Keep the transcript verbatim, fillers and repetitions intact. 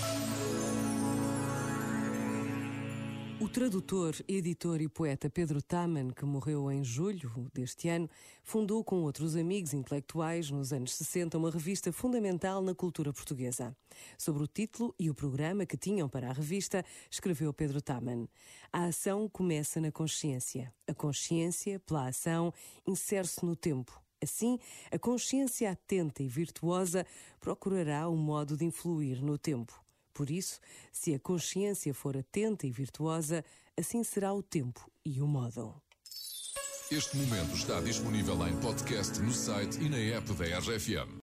O tradutor, editor e poeta Pedro Taman, que morreu em julho deste ano, fundou com outros amigos intelectuais nos anos sessenta uma revista fundamental na cultura portuguesa. Sobre o título e o programa que tinham para a revista, escreveu Pedro Taman: a ação começa na consciência. A consciência, pela ação, insere-se no tempo. Assim, a consciência atenta e virtuosa procurará o modo de influir no tempo. Por isso, se a consciência for atenta e virtuosa, assim será o tempo e o modo. Este momento está disponível em podcast no site e na app da R F M.